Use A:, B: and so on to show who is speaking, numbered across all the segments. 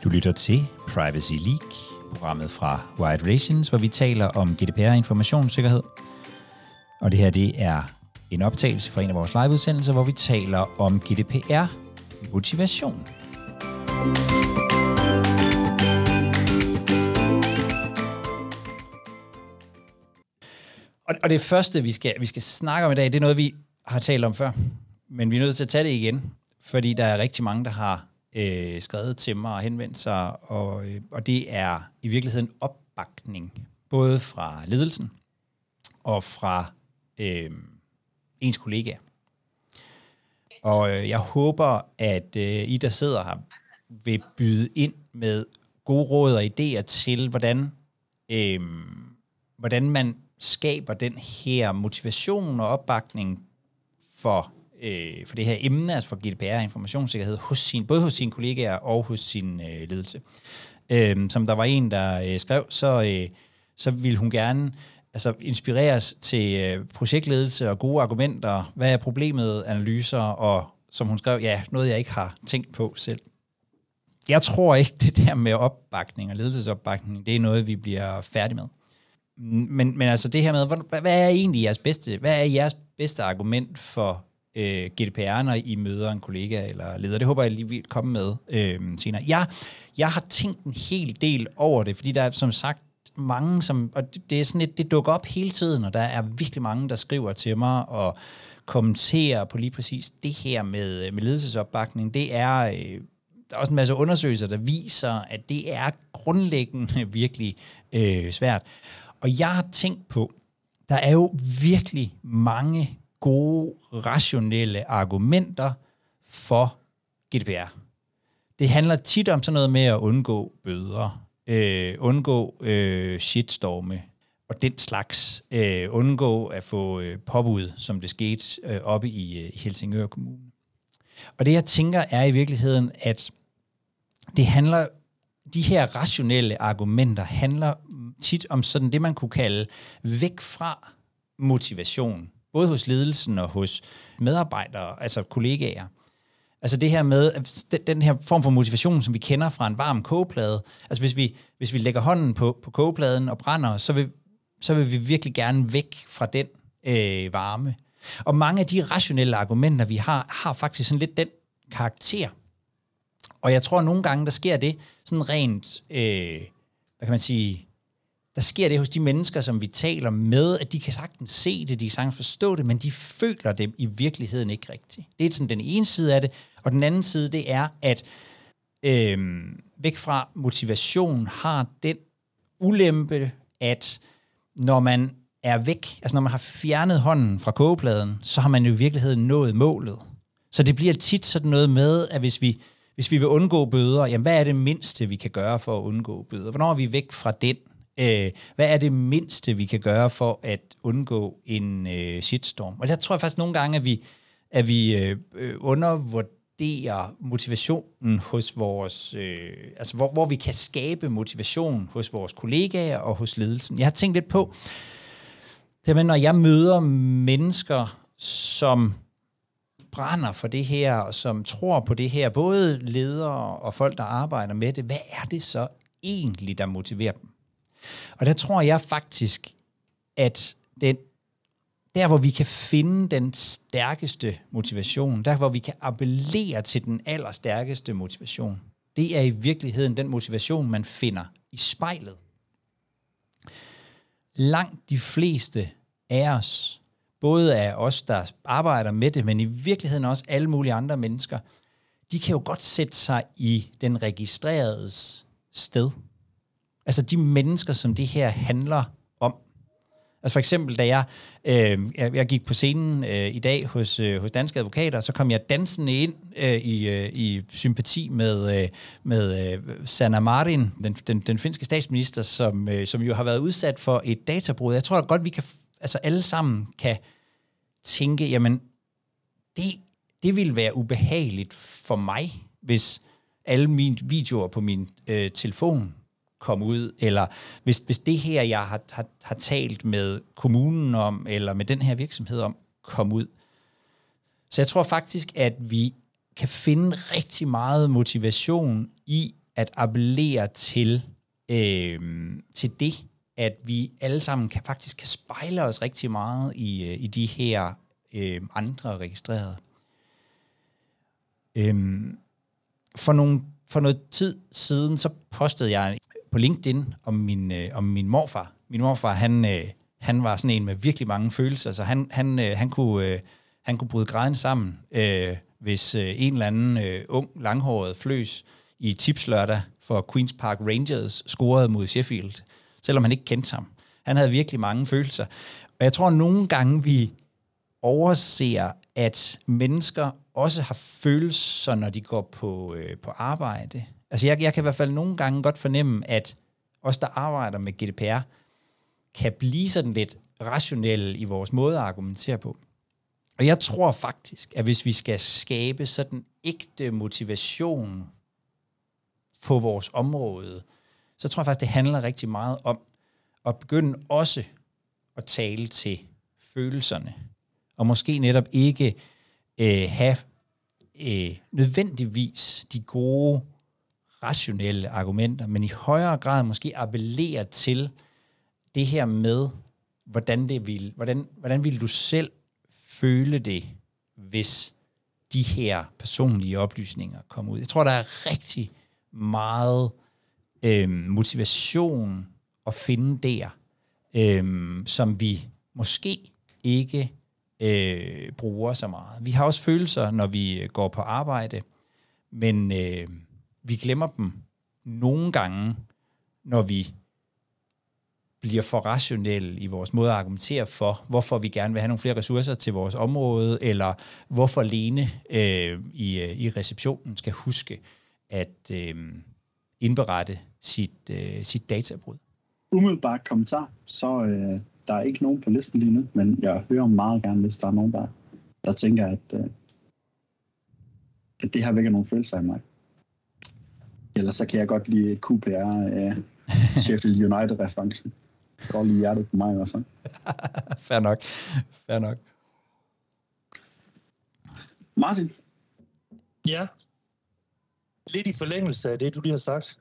A: Du lytter til Privacy League, programmet fra Wired Relations, hvor vi taler om GDPR og informationssikkerhed. Og det her, det er en optagelse fra en af vores liveudsendelser, hvor vi taler om GDPR-motivation. Og det første, vi skal snakke om i dag, det er noget, vi har talt om før. Men vi er nødt til at tage det igen, fordi der er rigtig mange, der har skrevet til mig og henvendt sig, og det er i virkeligheden opbakning, både fra ledelsen og fra ens kollegaer. Og jeg håber, at I, der sidder her, vil byde ind med gode råd og idéer til, hvordan man skaber den her motivation og opbakning for det her emne, altså for GDPR og informationssikkerhed, både hos sine kollegaer og hos sin ledelse. Som der var en, der skrev, så ville hun gerne inspireres til projektledelse og gode argumenter. Hvad er problemet, analyser, og som hun skrev, noget jeg ikke har tænkt på selv. Jeg tror ikke, det der med opbakning og ledelsesopbakning, det er noget, vi bliver færdige med. Men altså det her med, hvad er egentlig jeres bedste argument for GDPR, når I møder en kollega eller leder? Det håber jeg lige vil komme med senere. Jeg har tænkt en hel del over det, fordi der er som sagt mange, og det er sådan det dukker op hele tiden, og der er virkelig mange, der skriver til mig og kommenterer på lige præcis det her med ledelsesopbakning. Det er der er også en masse undersøgelser, der viser, at det er grundlæggende virkelig svært. Og jeg har tænkt på, der er jo virkelig mange gode, rationelle argumenter for GDPR. Det handler tit om sådan noget med at undgå bøder, undgå shitstorme og den slags, undgå at få påbud, som det skete oppe i Helsingør Kommune. Og det jeg tænker er i virkeligheden, at de her rationelle argumenter handler tit om sådan det, man kunne kalde væk fra motivation, både hos ledelsen og hos medarbejdere, altså kollegaer. Altså det her med, den her form for motivation, som vi kender fra en varm kogeplade. Altså hvis vi lægger hånden på kogepladen og brænder, så vil vi virkelig gerne væk fra den varme. Og mange af de rationelle argumenter, vi har faktisk sådan lidt den karakter. Og jeg tror, at nogle gange, der sker det sådan rent, hvad kan man sige, der sker det hos de mennesker, som vi taler med, at de kan sagtens se det, de kan sagtens forstå det, men de føler det i virkeligheden ikke rigtigt. Det er sådan den ene side af det, og den anden side, det er, at væk fra motivation har den ulempe, at når man er væk, altså når man har fjernet hånden fra kogepladen, så har man jo i virkeligheden nået målet. Så det bliver tit sådan noget med, at hvis vi vil undgå bøder, jamen hvad er det mindste, vi kan gøre for at undgå bøder? Hvornår er vi væk fra den? Hvad er det mindste, vi kan gøre for at undgå en shitstorm? Og der tror jeg faktisk nogle gange, at vi undervurderer motivationen hos vores, hvor vi kan skabe motivation hos vores kollegaer og hos ledelsen. Jeg har tænkt lidt på, det når jeg møder mennesker, som brænder for det her, og som tror på det her, både ledere og folk, der arbejder med det, hvad er det så egentlig, der motiverer dem? Og der tror jeg faktisk, at der, hvor vi kan finde den stærkeste motivation, der, hvor vi kan appellere til den allerstærkeste motivation, det er i virkeligheden den motivation, man finder i spejlet. Langt de fleste af os, både af os, der arbejder med det, men i virkeligheden også alle mulige andre mennesker, de kan jo godt sætte sig i den registreredes sted. Altså de mennesker, som det her handler om. Altså for eksempel, da jeg gik på scenen i dag hos Danske Advokater, så kom jeg dansende ind i sympati med Sanna Marin, den finske statsminister, som jo har været udsat for et databrud. Jeg tror godt, vi kan, altså alle sammen kan tænke, jamen det ville være ubehageligt for mig, hvis alle mine videoer på min telefon kom ud, eller hvis det her, jeg har talt med kommunen om, eller med den her virksomhed om, kom ud. Så jeg tror faktisk, at vi kan finde rigtig meget motivation i at appellere til det, at vi alle sammen faktisk kan spejle os rigtig meget i de her andre registrerede. For noget tid siden, så postede jeg på LinkedIn om min morfar. Min morfar, han var sådan en med virkelig mange følelser, så han kunne bryde græden sammen, hvis en eller anden ung, langhåret fløs i tipslørdag for Queen's Park Rangers scorede mod Sheffield, selvom han ikke kendte ham. Han havde virkelig mange følelser. Og jeg tror, nogle gange vi overser, at mennesker også har følelser, når de går på arbejde. Altså jeg kan i hvert fald nogle gange godt fornemme, at os, der arbejder med GDPR, kan blive sådan lidt rationelle i vores måde at argumentere på. Og jeg tror faktisk, at hvis vi skal skabe sådan ægte motivation på vores område, så tror jeg faktisk, det handler rigtig meget om at begynde også at tale til følelserne. Og måske netop ikke have nødvendigvis de gode, rationelle argumenter, men i højere grad måske appellere til det her med, hvordan vil du selv føle det, hvis de her personlige oplysninger kommer ud. Jeg tror, der er rigtig meget motivation at finde der, som vi måske ikke bruger så meget. Vi har også følelser, når vi går på arbejde, men vi glemmer dem nogle gange, når vi bliver for rationelle i vores måde at argumentere for, hvorfor vi gerne vil have nogle flere ressourcer til vores område, eller hvorfor Lene i receptionen skal huske at indberette sit databrud.
B: Umiddelbart kommentar, så der er ikke nogen på listen lige nu, men jeg hører meget gerne, hvis der er nogen, der tænker, at det her vækker nogle følelser i mig. Ellers så kan jeg godt lide QPR Sheffield United-referencen. Det går lige hjertet på mig i hvert fald.
A: Fair nok.
B: Martin?
C: Ja. Lidt i forlængelse af det, du lige har sagt.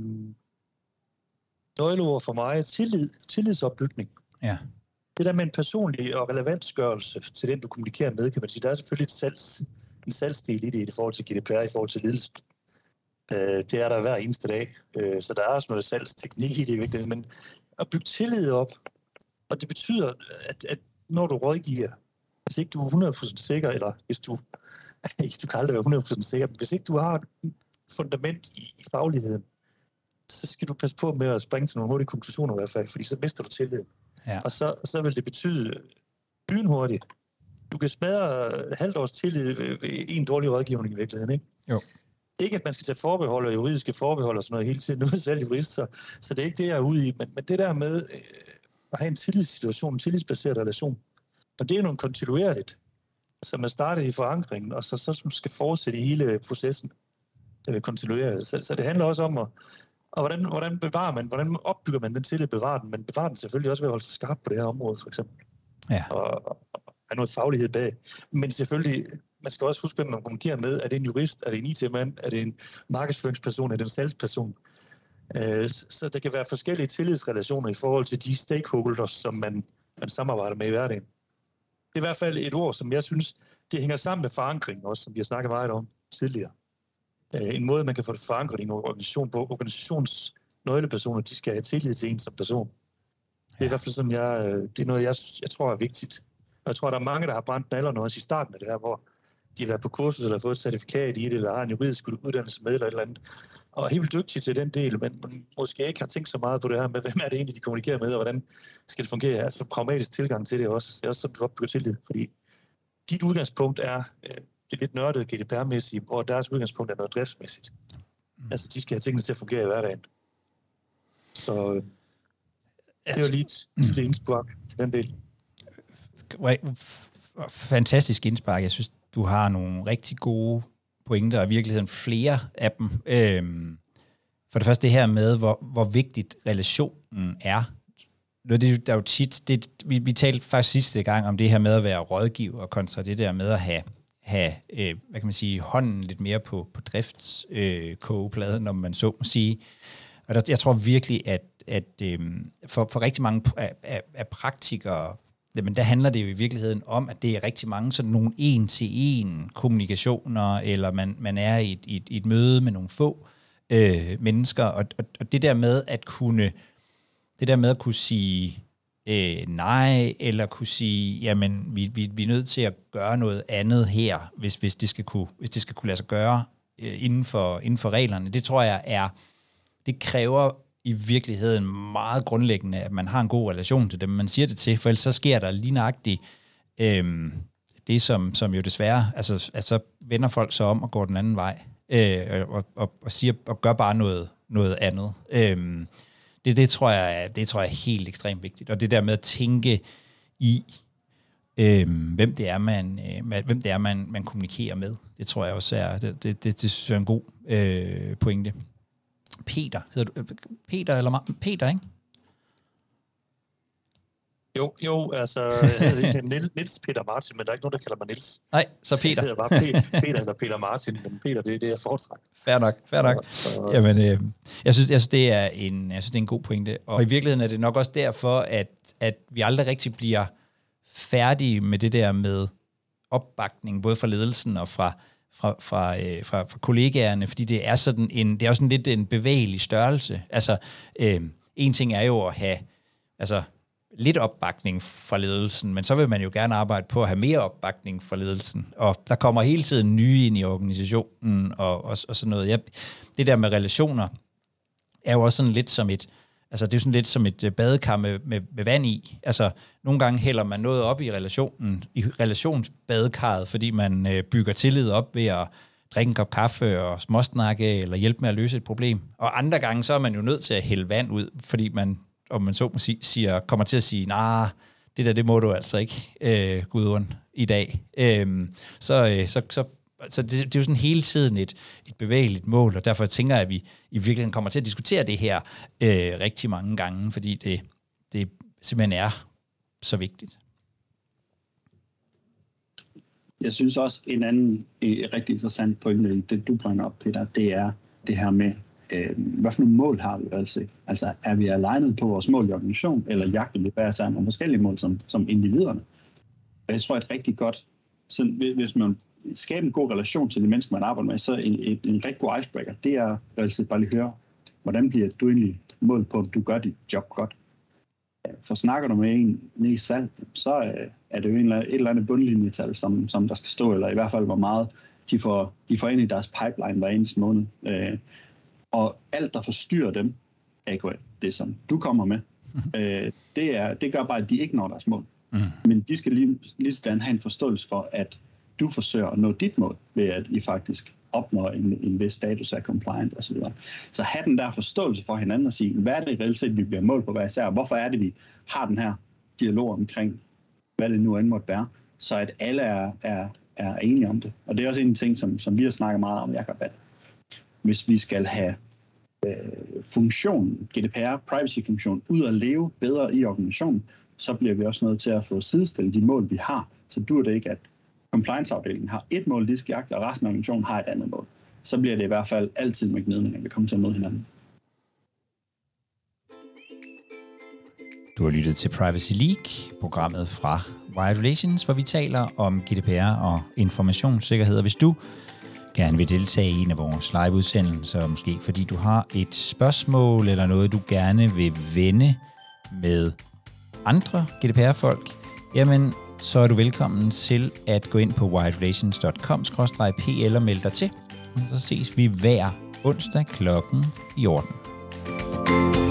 C: Nøgleord for mig er tillidsopbygning.
A: Ja.
C: Det der med en personlig og relevansgørelse til den, du kommunikerer med, kan man sige, der er selvfølgelig en salgsdel i det i forhold til GDPR, i forhold til ledelse. Det er der hver eneste dag, så der er også noget salgsteknik i det i virkeligheden, men at bygge tillid op, og det betyder, at når du rådgiver, hvis ikke du er 100% sikker, eller hvis du kan aldrig være 100% sikker, men hvis ikke du har et fundament i fagligheden, så skal du passe på med at springe til nogle hurtige konklusioner i hvert fald, fordi så mister du tilliden. Ja. Og så vil det betyde lynhurtigt. Du kan smadre halvt års tillid ved en dårlig rådgivning i virkeligheden, ikke?
A: Jo.
C: Ikke, at man skal tage forbehold og juridiske forbehold og sådan noget hele tiden. Nu er jeg selv jurist, så det er ikke det, jeg er ude i. Men det der med at have en tillidssituation, en tillidsbaseret relation, og det er noget kontinuerligt, som er startet i forankringen, og så skal fortsætte i hele processen kontinuerligt. Så det handler også om, hvordan bevarer man, hvordan opbygger man den tillid, bevarer den, men bevarer den selvfølgelig også ved at holde sig skarp på det her område, for eksempel.
A: Ja.
C: Og have noget faglighed bag. Men selvfølgelig, man skal også huske, hvem man kommunikerer med. Er det en jurist? Er det en IT-mand? Er det en markedsføringsperson? Er det en salgsperson? Så der kan være forskellige tillidsrelationer i forhold til de stakeholders, som man samarbejder med i hverdagen. Det er i hvert fald et ord, som jeg synes, det hænger sammen med forankring også, som vi har snakket meget om tidligere. En måde, man kan få forankret i en organisation på. Organisationsnøglepersoner, de skal have tillid til en som person. Det er i hvert fald sådan, det er noget, jeg tror er vigtigt. Og jeg tror, der er mange, der har brændt nallerne også i starten af det her, hvor de har været på kursus eller fået et certifikat i det, eller har en juridisk uddannelse med, eller et eller andet. Og er helt vildt dygtige til den del, men måske ikke har tænkt så meget på det her med, hvem er det egentlig, de kommunikerer med, og hvordan skal det fungere. Altså pragmatisk tilgang til det også. Det er også sådan, du opbygger tillid, fordi dit udgangspunkt er det lidt nørdede GDPR-mæssige, og deres udgangspunkt er noget driftsmæssigt. Altså, de skal have tingene til at fungere i hverdagen. Så det var lige et indspark til den del.
A: Fantastisk indspark. Jeg synes, du har nogle rigtig gode pointer, og i virkeligheden flere af dem. For det første det her med, hvor vigtigt relationen er. Det er jo tit, vi talte faktisk sidste gang om det her med at være rådgiver, kontra det der med at have have hvad kan man sige, hånden lidt mere på driftskogepladen, om man så må sige. Og jeg tror virkelig, at for rigtig mange af praktikere, men der handler det jo i virkeligheden om, at det er rigtig mange sådan nogle en-til-en kommunikationer, eller man er i et møde med nogle få mennesker, og det der med at kunne sige nej, eller kunne sige, jamen, vi er nødt til at gøre noget andet her, hvis det skal kunne lade sig gøre inden for reglerne. Det tror jeg det kræver i virkeligheden meget grundlæggende, at man har en god relation til dem, man siger det til, for ellers så sker der lige nøjagtigt det, som jo desværre, altså så vender folk sig om og går den anden vej, og siger og gør bare noget andet. Det tror jeg er helt ekstremt vigtigt, og det der med at tænke i hvem det er man kommunikerer med, det tror jeg også er det synes jeg er en god pointe. Peter, hedder du Peter eller Peter, ikke?
C: Jo, altså, jeg hedder Niels Peter Martin, men der er ikke nogen, der kalder mig Niels.
A: Nej, så Peter.
C: Jeg hedder bare Peter eller Peter Martin, men Peter, det er det, jeg foretrækker.
A: Fair nok. Jamen, jeg synes, det er en god pointe. Og i virkeligheden er det nok også derfor, at vi aldrig rigtig bliver færdige med det der med opbakning, både fra ledelsen og fra kollegaerne, fordi det er sådan det er også lidt en bevægelig størrelse. Altså, en ting er jo at have lidt opbakning fra ledelsen, men så vil man jo gerne arbejde på at have mere opbakning fra ledelsen, og der kommer hele tiden nye ind i organisationen, og sådan noget. Det der med relationer er jo også sådan lidt som det er jo sådan lidt som et badekar med vand i. Altså, nogle gange hælder man noget op i relationsbadekarret, fordi man bygger tillid op ved at drikke en kop kaffe og småsnakke, eller hjælpe med at løse et problem. Og andre gange, så er man jo nødt til at hælde vand ud, fordi man, om man så må sige, kommer til at sige, det må du altså ikke, Gudrun, i dag. Så det er jo sådan hele tiden et bevægeligt mål, og derfor tænker jeg, at vi i virkeligheden kommer til at diskutere det her rigtig mange gange, fordi det simpelthen er så vigtigt.
B: Jeg synes også, en anden rigtig interessant pointe, det du bringer op, Peter, det er det her med, hvad for nogle mål har vi altså? Altså, er vi alignet på vores mål i organisation, eller jagter vi hver sammen om forskellige mål som individerne? Og jeg tror, at rigtig godt, så hvis man skaber en god relation til de mennesker, man arbejder med, så en rigtig god icebreaker, det er altså bare lige høre, hvordan bliver du egentlig målt på, om du gør dit job godt? For snakker du med en nede i salg, så er det jo et eller andet bundlinjetal, som der skal stå, eller i hvert fald, hvor meget de får ind i deres pipeline hver eneste måned. Og alt, der forstyrrer dem, AKA, det som du kommer med, det gør bare, at de ikke når deres mål. Men de skal lige sådan have en forståelse for, at du forsøger at nå dit mål, ved at I faktisk opnår en vis status af compliant osv. Så have den der forståelse for hinanden og sige, hvad er det reelt set, vi bliver målt på hver især, hvorfor er det, vi har den her dialog omkring, hvad det nu end måtte være, så at alle er enige om det. Og det er også en ting, som vi har snakket meget om, Jakob, at hvis vi skal have funktionen, GDPR, privacy-funktion, ud at leve bedre i organisationen, så bliver vi også nødt til at få sidestillet de mål, vi har. Så dur det ikke, at compliance-afdelingen har et mål, de skal jagte, og resten af organisationen har et andet mål. Så bliver det i hvert fald altid med gnidning, at vi kommer til at møde hinanden.
A: Du har lyttet til Privacy League, programmet fra Wired Relations, hvor vi taler om GDPR og informationssikkerhed. Og hvis du gerne vil deltage i en af vores liveudsendelser, måske fordi du har et spørgsmål eller noget, du gerne vil vende med andre GDPR-folk, jamen så er du velkommen til at gå ind på wiredrelations.com/pl og melde dig til. Så ses vi hver onsdag kl. 14.